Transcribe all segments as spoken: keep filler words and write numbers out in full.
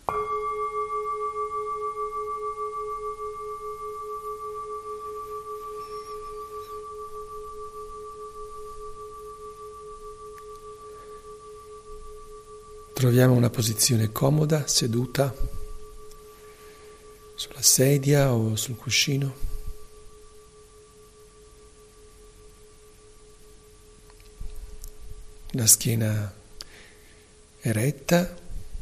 Troviamo una posizione comoda, seduta, sulla sedia o sul cuscino. La schiena eretta,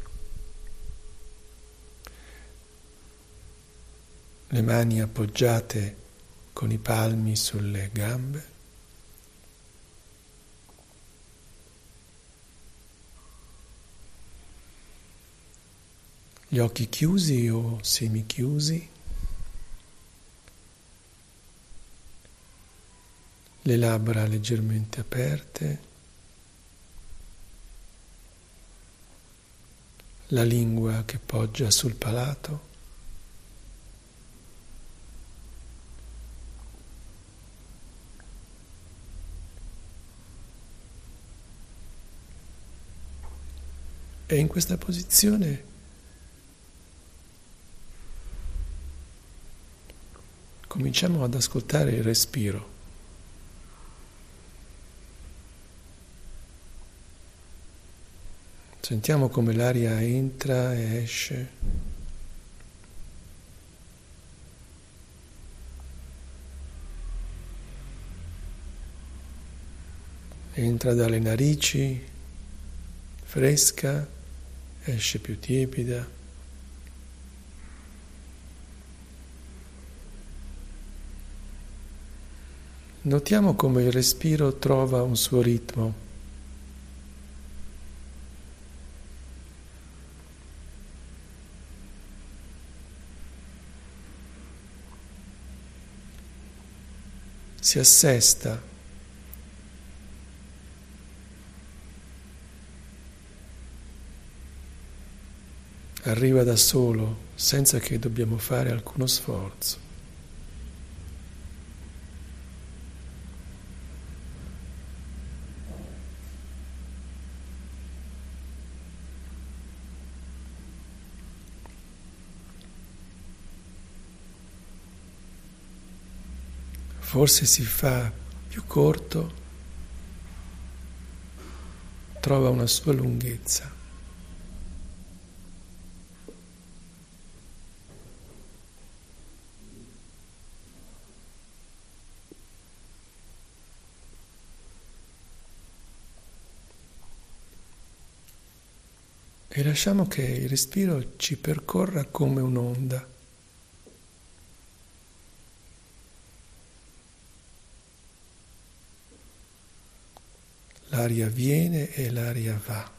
le mani appoggiate con i palmi sulle gambe. Gli occhi chiusi o semichiusi, le labbra leggermente aperte, la lingua che poggia sul palato. E in questa posizione cominciamo ad ascoltare il respiro. Sentiamo come l'aria entra e esce. Entra dalle narici, fresca, esce più tiepida. Notiamo come il respiro trova un suo ritmo. Si assesta. Arriva da solo, senza che dobbiamo fare alcuno sforzo. Forse si fa più corto, trova una sua lunghezza. E lasciamo che il respiro ci percorra come un'onda. L'aria viene e l'aria va.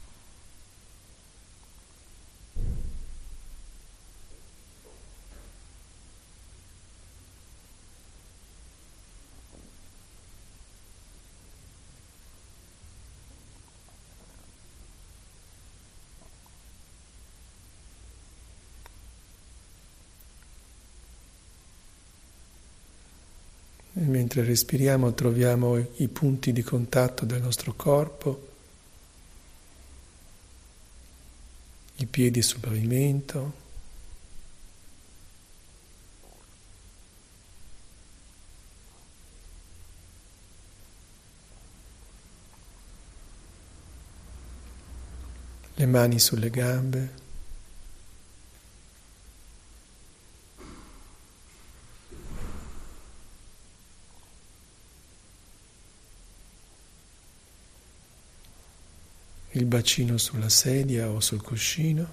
E mentre respiriamo troviamo i punti di contatto del nostro corpo, i piedi sul pavimento, le mani sulle gambe. Il bacino sulla sedia o sul cuscino.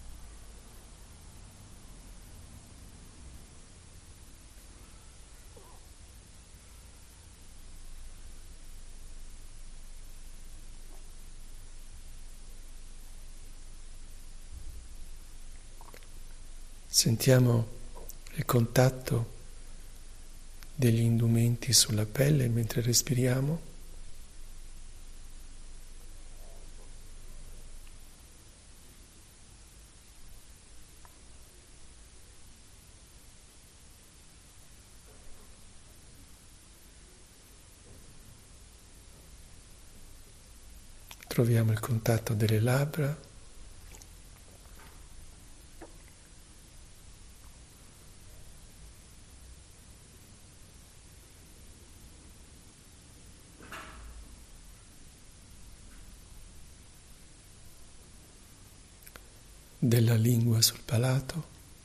Sentiamo il contatto degli indumenti sulla pelle mentre respiriamo. Troviamo il contatto delle labbra. della lingua sul palato,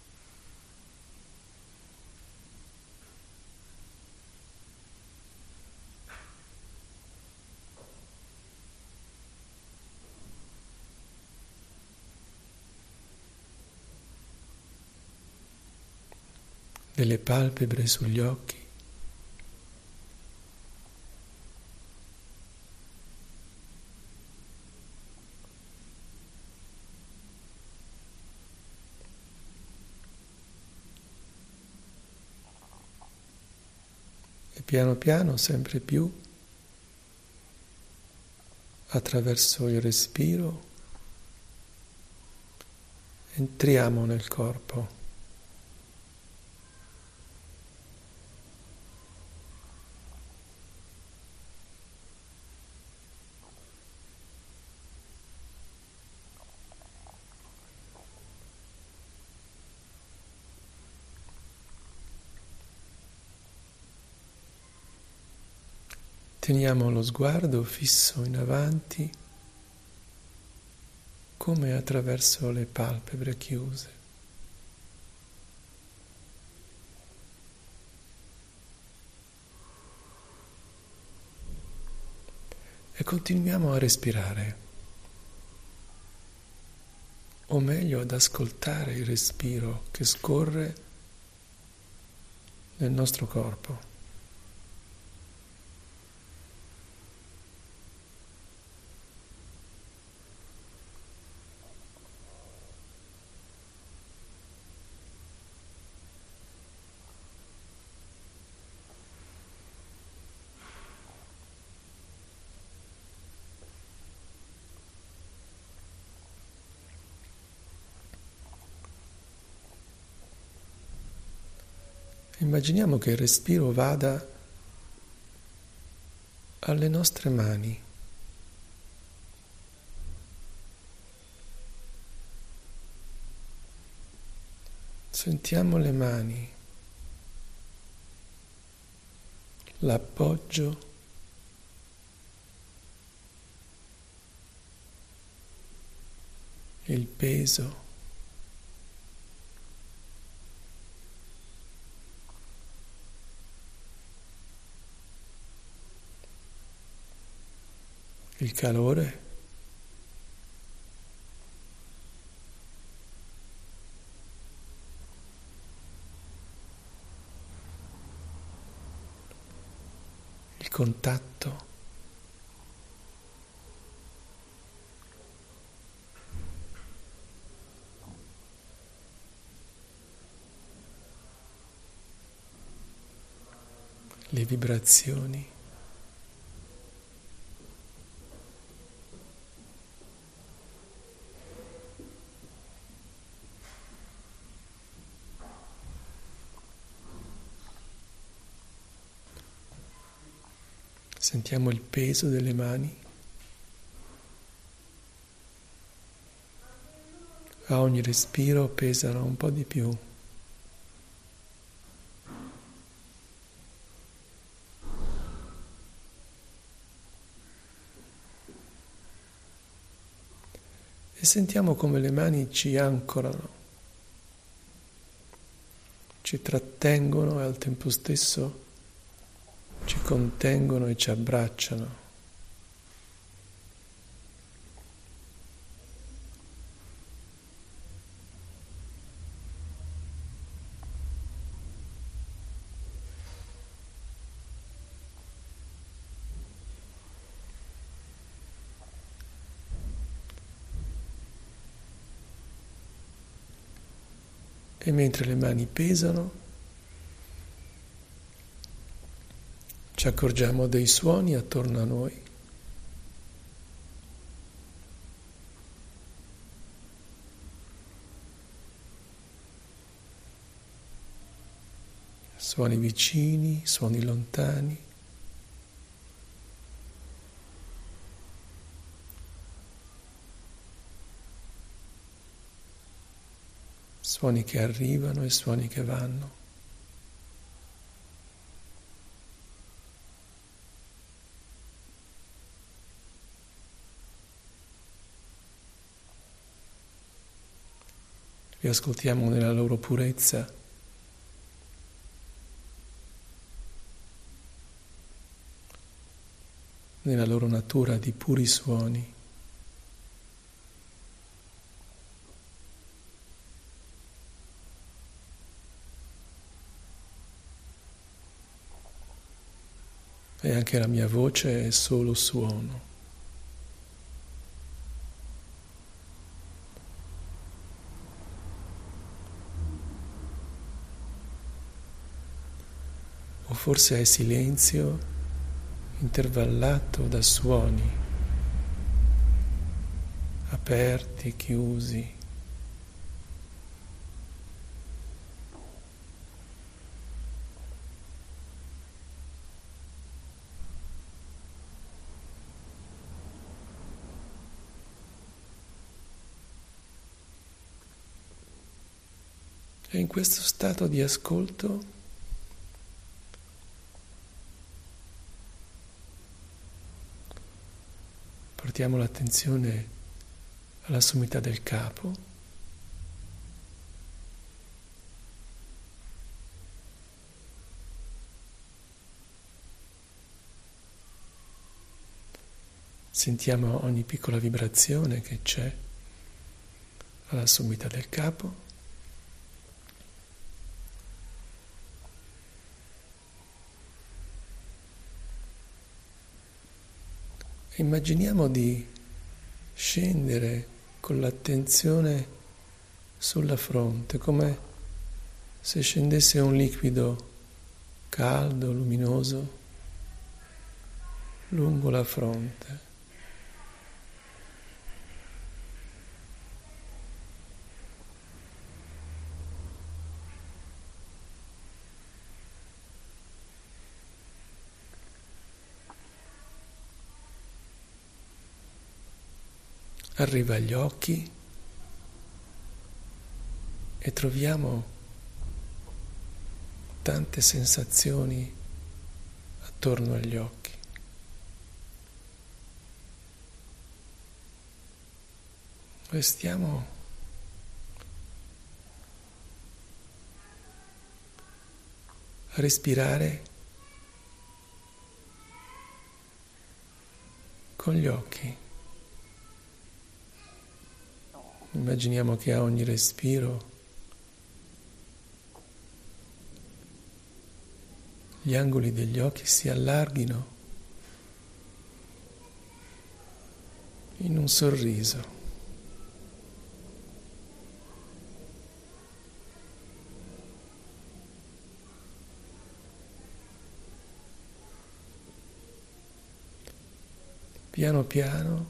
delle palpebre sugli occhi, e piano piano sempre più attraverso il respiro entriamo nel corpo. Teniamo lo sguardo fisso in avanti, come attraverso le palpebre chiuse. E continuiamo a respirare, o meglio ad ascoltare il respiro che scorre nel nostro corpo. Immaginiamo che il respiro vada alle nostre mani. Sentiamo le mani, l'appoggio, il peso. Il calore, il contatto, le vibrazioni. Sentiamo il peso delle mani. A ogni respiro pesano un po' di più. E sentiamo come le mani ci ancorano, ci trattengono e al tempo stesso ci contengono e ci abbracciano. E mentre le mani pesano, ci accorgiamo dei suoni attorno a noi. Suoni vicini, suoni lontani. Suoni che arrivano e suoni che vanno. li ascoltiamo nella loro purezza, nella loro natura di puri suoni. E anche la mia voce è solo suono. O forse è silenzio intervallato da suoni aperti, chiusi. E in questo stato di ascolto portiamo l'attenzione alla sommità del capo, sentiamo ogni piccola vibrazione che c'è alla sommità del capo. Immaginiamo di scendere con l'attenzione sulla fronte, come se scendesse un liquido caldo, luminoso, lungo la fronte. Arriva agli occhi e troviamo tante sensazioni attorno agli occhi. Restiamo a respirare con gli occhi. Immaginiamo che a ogni respiro gli angoli degli occhi si allarghino in un sorriso. Piano piano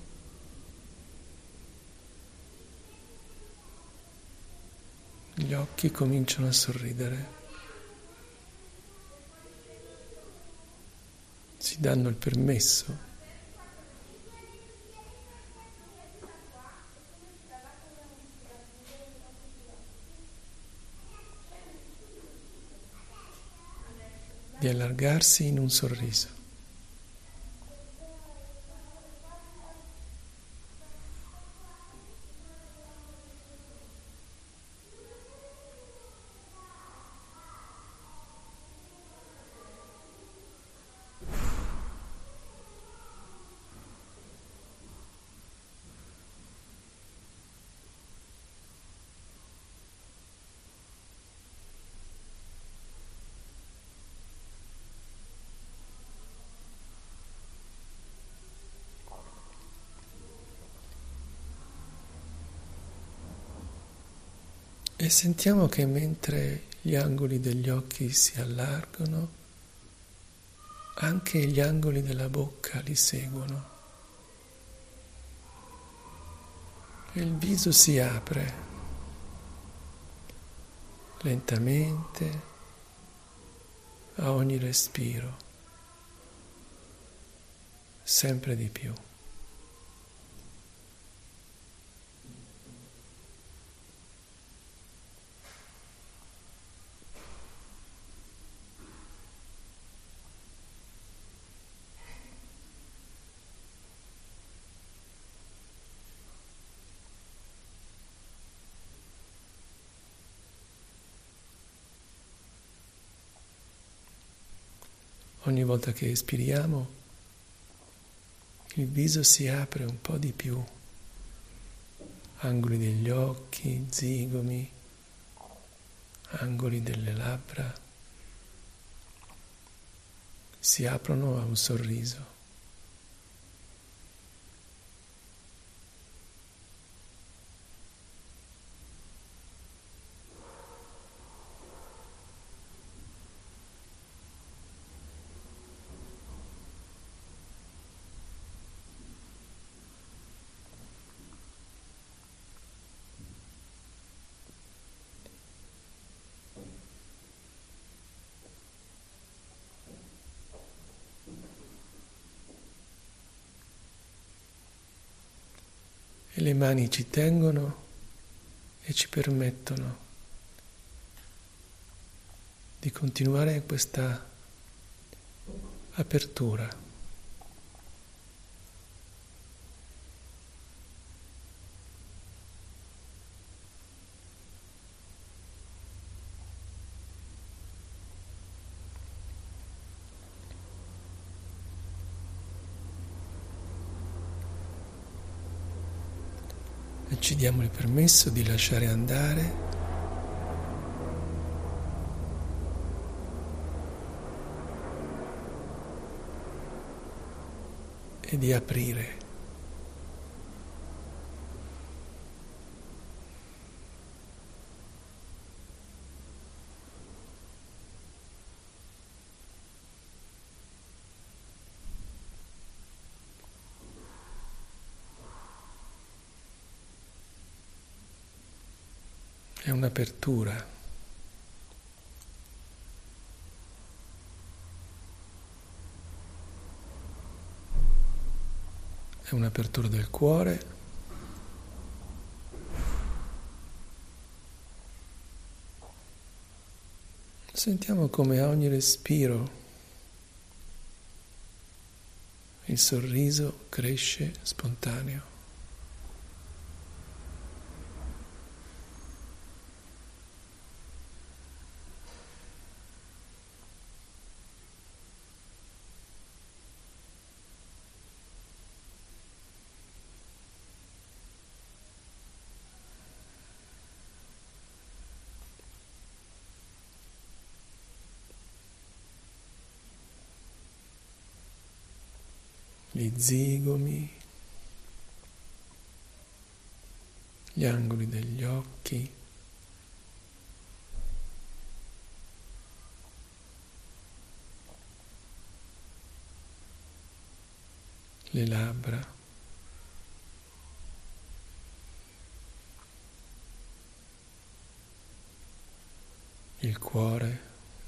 gli occhi cominciano a sorridere, si danno il permesso di allargarsi in un sorriso. E sentiamo che mentre gli angoli degli occhi si allargano, anche gli angoli della bocca li seguono. E il viso si apre lentamente a ogni respiro, sempre di più. ogni volta che espiriamo, il viso si apre un po' di più, angoli degli occhi, zigomi, angoli delle labbra si aprono a un sorriso. E le mani ci tengono e ci permettono di continuare questa apertura. E ci diamo il permesso di lasciare andare e di aprire. È un'apertura. È un'apertura del cuore. Sentiamo come a ogni respiro il sorriso cresce spontaneo. Gli zigomi, gli angoli degli occhi, le labbra, il cuore.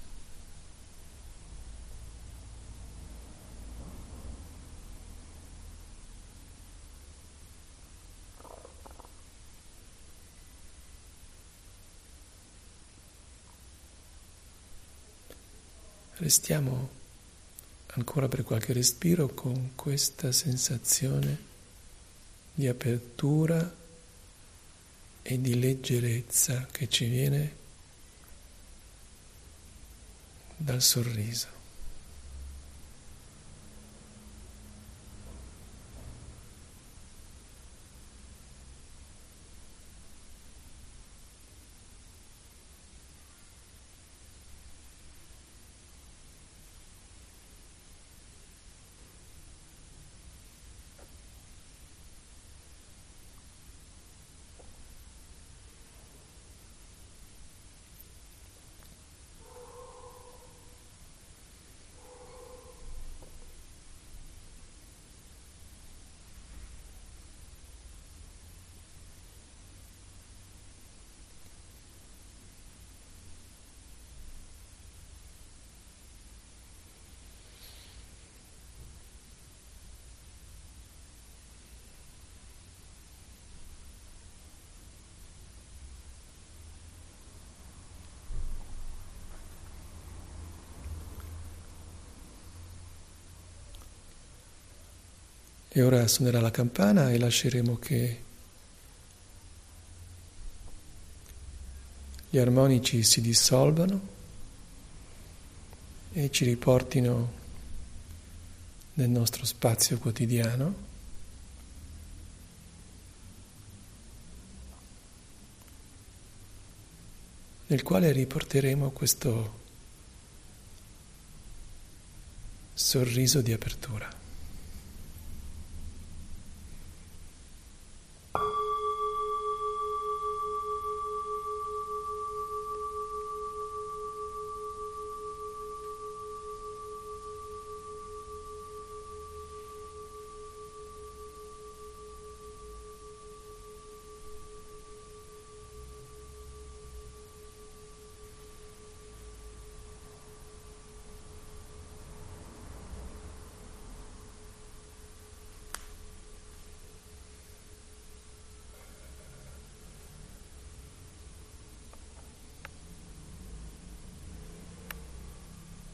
Restiamo ancora per qualche respiro con questa sensazione di apertura e di leggerezza che ci viene dal sorriso. E ora suonerà la campana e lasceremo che gli armonici si dissolvano e ci riportino nel nostro spazio quotidiano, nel quale riporteremo questo sorriso di apertura.